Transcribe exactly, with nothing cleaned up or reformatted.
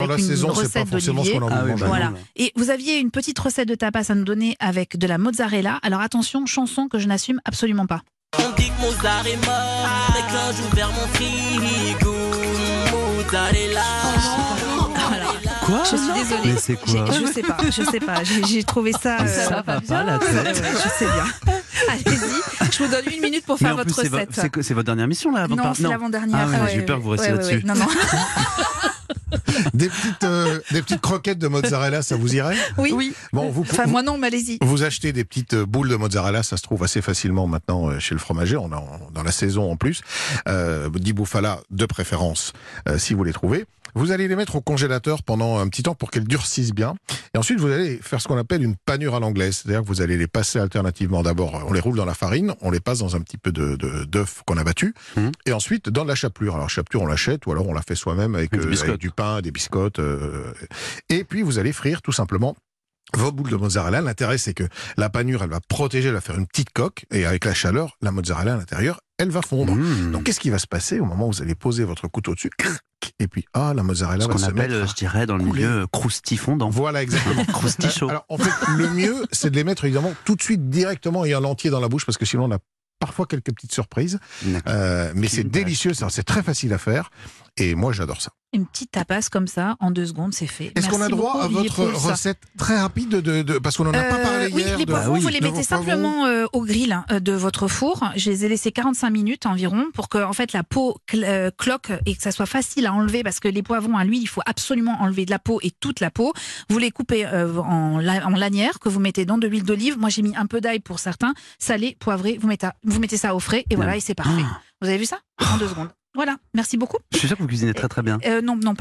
la une saison, c'est recette pas forcément ce d'olivier. qu'on a envie Ah de oui, manger. bah Voilà. non. Et vous aviez une petite recette de tapas à nous donner avec de la mozzarella. Alors attention, chanson que je n'assume absolument pas. On dit que Mozart est mort, et quand j'ouvre mon frigo, mozzarella. Voilà. Quoi? Je suis désolée. Mais c'est quoi? J'ai- Je sais pas, je sais pas. J'ai j'ai trouvé ça. Mais euh, ça va pas la ouais, tête. ouais, je sais bien. Allez-y, je vous donne une minute pour Mais faire en plus, votre c'est vo- recette. c'est que- c'est votre dernière mission là avant de Non, partir c'est l'avant-dernière. Ah ouais, Ouais, j'ai eu peur que vous ouais, restiez ouais, là-dessus. ouais. Non, non. Des petites, euh, des petites croquettes de mozzarella, ça vous irait? Oui. Oui. Bon, vous, Enfin, vous, moi non, mais allez-y. vous achetez des petites euh, boules de mozzarella, ça se trouve assez facilement maintenant euh, chez le fromager, on est en- dans la saison en plus. Euh, di bufala de préférence, euh, si vous les trouvez. Vous allez les mettre au congélateur pendant un petit temps pour qu'elles durcissent bien. Et ensuite, vous allez faire ce qu'on appelle une panure à l'anglaise. C'est-à-dire que vous allez les passer alternativement. D'abord, on les roule dans la farine, on les passe dans un petit peu de, de, d'œuf qu'on a battu. Mhm. Et ensuite, dans de la chapelure. Alors, chapelure, on l'achète ou alors on la fait soi-même avec, Avec des euh, biscottes. avec du pain, des biscottes. euh, et puis, vous allez frire tout simplement vos boules de mozzarella. L'intérêt, c'est que la panure, elle va protéger, elle va faire une petite coque. Et avec la chaleur, la mozzarella à l'intérieur, elle va fondre. Mmh. Donc, qu'est-ce qui va se passer au moment où vous allez poser votre couteau dessus? Et puis, ah, la mozzarella Ce va qu'on se appelle, mettre à je dirais, dans le couler. milieu, crousty fondant. Voilà, exactement. Crousty chaud. Alors, en fait, le mieux, c'est de les mettre évidemment tout de suite directement et en entier dans la bouche, parce que sinon, on a parfois quelques petites surprises. D'accord. Euh, mais Qui c'est me délicieux, ça, c'est très facile à faire. Et moi, j'adore ça. Une petite tapas comme ça, en deux secondes, c'est fait. Est-ce qu'on a Merci droit beaucoup, à Olivier votre Pouls. recette très rapide de, de parce qu'on n'en a pas Euh, parlé oui, hier. les de- poivrons, Ah oui. vous les de mettez vos poivrons. simplement euh, au grill euh, de votre four. Je les ai laissés quarante-cinq minutes environ pour que en fait la peau cl- euh, cloque et que ça soit facile à enlever parce que les poivrons à l'huile, il faut absolument enlever de la peau et toute la peau. Vous les coupez euh, en, la- en lanières que vous mettez dans de l'huile d'olive. Moi, j'ai mis un peu d'ail pour certains, salé, poivré. Vous mettez, vous mettez ça au frais et voilà, et c'est parfait. Ah. Vous avez vu ça? En deux secondes. Voilà. Merci beaucoup. Je suis sûr que vous cuisinez très très bien. Euh, non, non.